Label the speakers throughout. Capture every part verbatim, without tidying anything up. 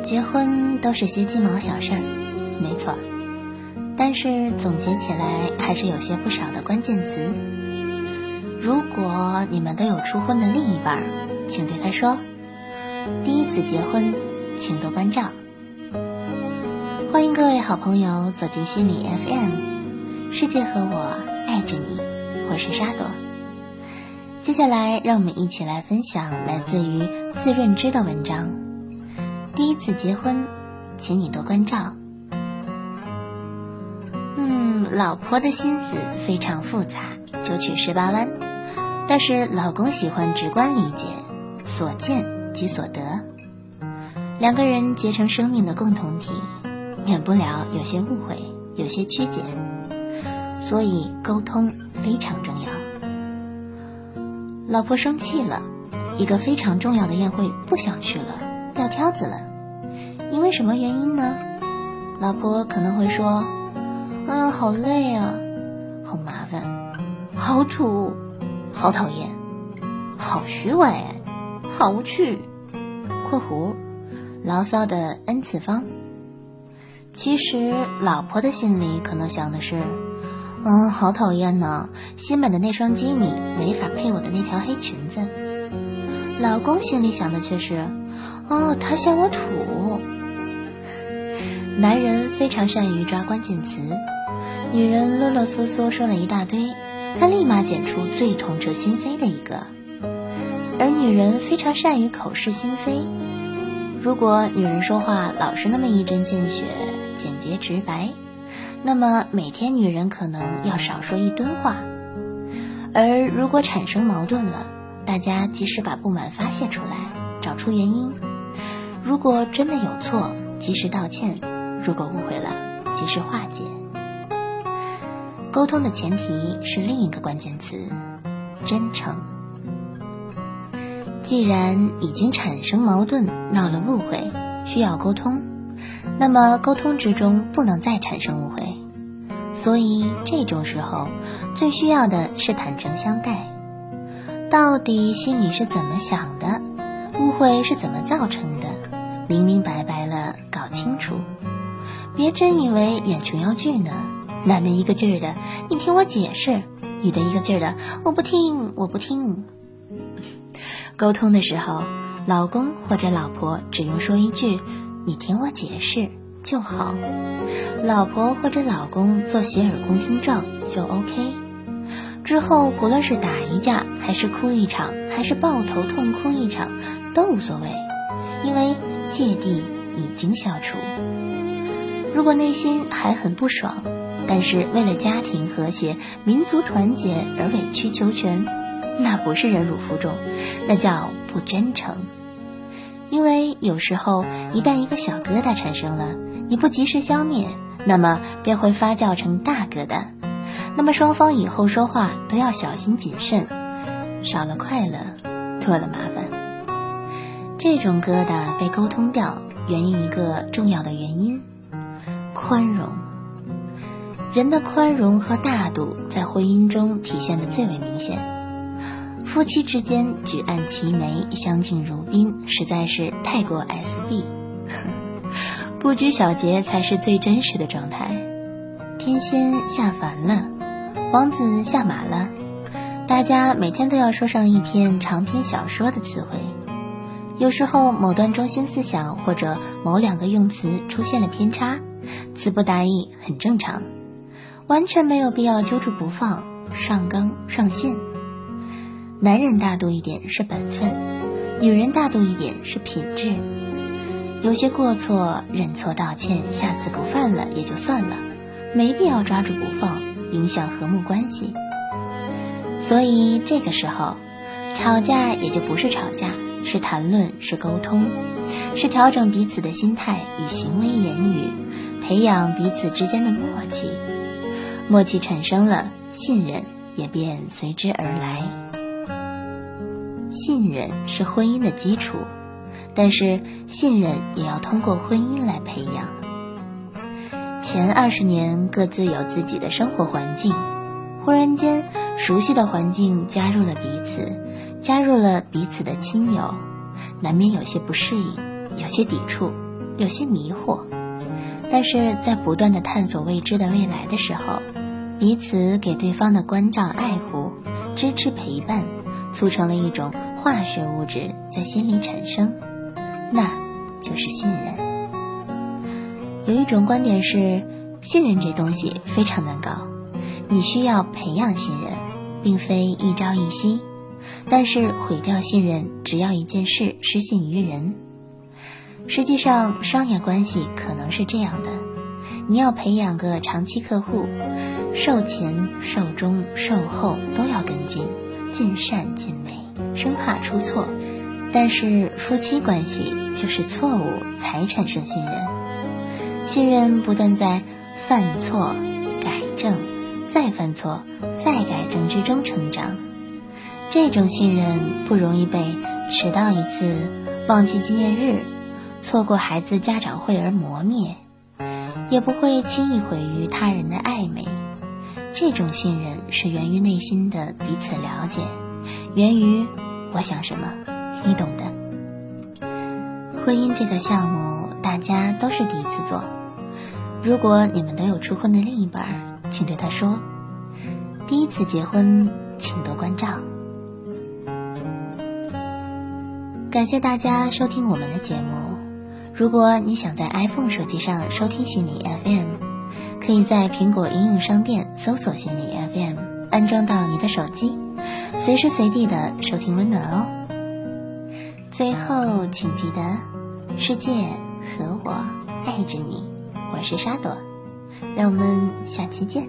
Speaker 1: 结婚都是些鸡毛小事儿，没错，但是总结起来还是有些不少的关键词。如果你们都有初婚的另一半，请对他说，第一次结婚请多关照。欢迎各位好朋友走进心理 F M， 世界和我爱着你，我是沙朵。接下来让我们一起来分享来自于自认知的文章，第一次结婚请你多关照。嗯，老婆的心思非常复杂，九曲十八弯，但是老公喜欢直观理解，所见即所得。两个人结成生命的共同体，免不了有些误会，有些曲解，所以沟通非常重要。老婆生气了，一个非常重要的宴会不想去了，撂挑子了，因为什么原因呢？老婆可能会说，嗯，好累啊，好麻烦，好土，好讨厌，好虚伪，好无趣括弧牢骚的 n 次方。其实老婆的心里可能想的是，嗯，好讨厌呢，新买的那双基米没法配我的那条黑裙子。老公心里想的却是，哦，他嫌我土。男人非常善于抓关键词，女人啰啰嗦嗦说了一大堆，他立马捡出最痛彻心扉的一个。而女人非常善于口是心非，如果女人说话老是那么一针见血，简洁直白，那么每天女人可能要少说一吨话。而如果产生矛盾了，大家及时把不满发泄出来，找出原因，如果真的有错及时道歉，如果误会了及时化解。沟通的前提是另一个关键词，真诚。既然已经产生矛盾，闹了误会，需要沟通，那么沟通之中不能再产生误会，所以这种时候最需要的是坦诚相待。到底心里是怎么想的，误会是怎么造成的，明明白白了搞清楚，别真以为演琼瑶剧呢，男的一个劲儿的你听我解释，女的一个劲儿的我不听我不听。沟通的时候，老公或者老婆只用说一句你听我解释就好，老婆或者老公做洗耳恭听状就 OK。 之后不论是打一架还是哭一场，还是抱头痛哭一场都无所谓，因为芥蒂已经消除。如果内心还很不爽，但是为了家庭和谐、民族团结而委曲求全，那不是忍辱负重，那叫不真诚。因为有时候一旦一个小疙瘩产生了，你不及时消灭，那么便会发酵成大疙瘩，那么双方以后说话都要小心谨慎，少了快乐，多了麻烦。这种疙瘩被沟通掉，源于一个重要的原因，宽容。人的宽容和大度在婚姻中体现得最为明显。夫妻之间举案齐眉，相敬如宾，实在是太过 S B 不拘小节才是最真实的状态。天仙下凡了，王子下马了，大家每天都要说上一篇长篇小说的词汇。有时候某段中心思想或者某两个用词出现了偏差，词不达意很正常，完全没有必要揪住不放，上纲上线。男人大度一点是本分，女人大度一点是品质。有些过错认错道歉，下次不犯了也就算了，没必要抓住不放，影响和睦关系。所以这个时候吵架也就不是吵架，是谈论，是沟通，是调整彼此的心态与行为言语，培养彼此之间的默契。默契产生了，信任也便随之而来。信任是婚姻的基础，但是信任也要通过婚姻来培养。前二十年各自有自己的生活环境，忽然间熟悉的环境加入了彼此，加入了彼此的亲友，难免有些不适应，有些抵触， 有些迷惑，但是在不断的探索未知的未来的时候，彼此给对方的关照爱护、支持陪伴，促成了一种化学物质在心里产生，那就是信任。有一种观点是，信任这东西非常难搞，你需要培养信任，并非一朝一夕，但是毁掉信任只要一件事，失信于人。实际上商业关系可能是这样的，你要培养个长期客户，售前售中售后都要跟进，尽善尽美，生怕出错。但是夫妻关系就是错误才产生信任，信任不断在犯错、改正、再犯错、再改正之中成长。这种信任不容易被迟到一次、忘记纪念日、错过孩子家长会而磨灭，也不会轻易毁于他人的暧昧。这种信任是源于内心的彼此了解，源于我想什么，你懂的。婚姻这个项目大家都是第一次做，如果你们都有初婚的另一半，请对他说，第一次结婚请多关照。感谢大家收听我们的节目。如果你想在 iPhone 手机上收听心理 F M， 可以在苹果应用商店搜索心理 F M， 安装到你的手机，随时随地的收听温暖哦。最后请记得，世界和我爱着你，我是沙朵，让我们下期见。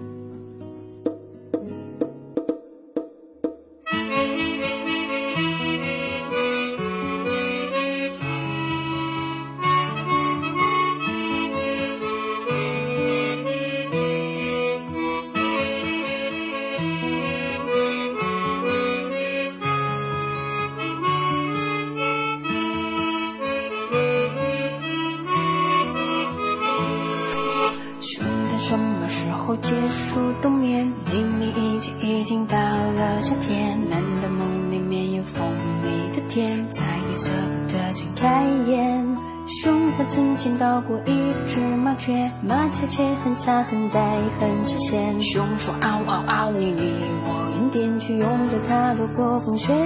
Speaker 2: 什么时候结束冬眠？明明已经已经到了夏天，难道梦里面有蜂蜜的甜，才会舍不得睁开眼？熊它曾见到过一只麻雀，麻雀却很傻很呆很直线。熊说嗷嗷嗷，你离我远点，却拥着它躲过风雪。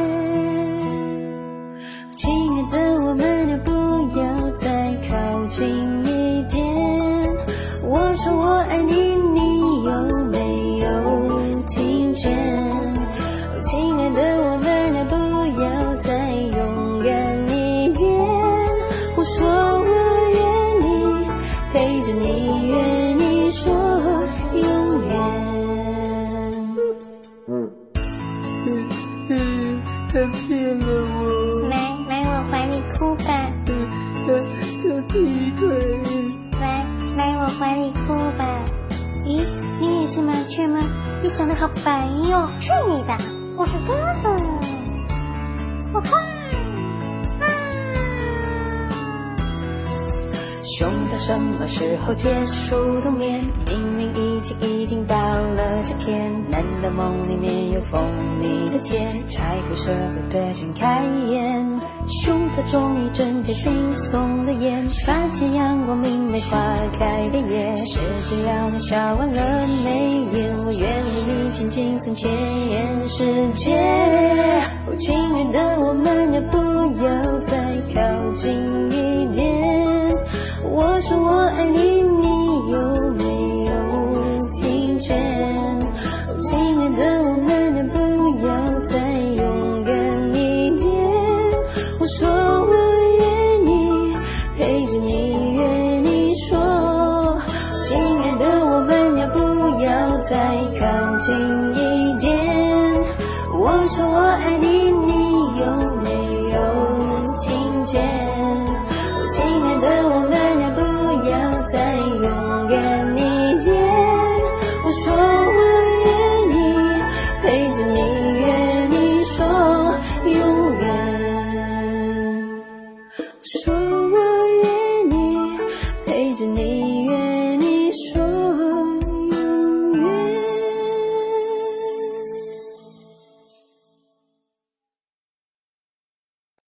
Speaker 2: 亲爱的，我们要不要再靠近一点？我说我爱你，你有没有听见？哦，亲爱的，我们要不要再勇敢一点？我说我愿意陪着你，愿你说永远。嗯嗯，他骗了我。
Speaker 3: 来来我怀里哭吧。
Speaker 2: 他他劈腿。
Speaker 3: 来我怀里哭吧。咦，你也是麻雀吗？你长得好白哟！去你的，我是鸽子。我冲！啊！
Speaker 2: 熊它什么时候结束冬眠？明明已经已经到了夏天，难道梦里面有蜂蜜的甜，才会舍不得睁开眼？熊它终于睁开惺忪的眼，发现阳光明媚，花开遍野。其实只要你笑完了眉眼，我愿为你倾尽三千世界。哦，亲爱的，我们要不要再靠近一点？我说我爱你，你有没有听见？哦，亲爱的，我们要不要再勇敢一点？我说我愿意陪着你，愿你说，亲爱的，我们要不要再靠近一点？我说我爱你，你有没有听见？哦，亲爱的，我们要不要再勇敢一点？我说我愿意陪着你，愿你说永远。说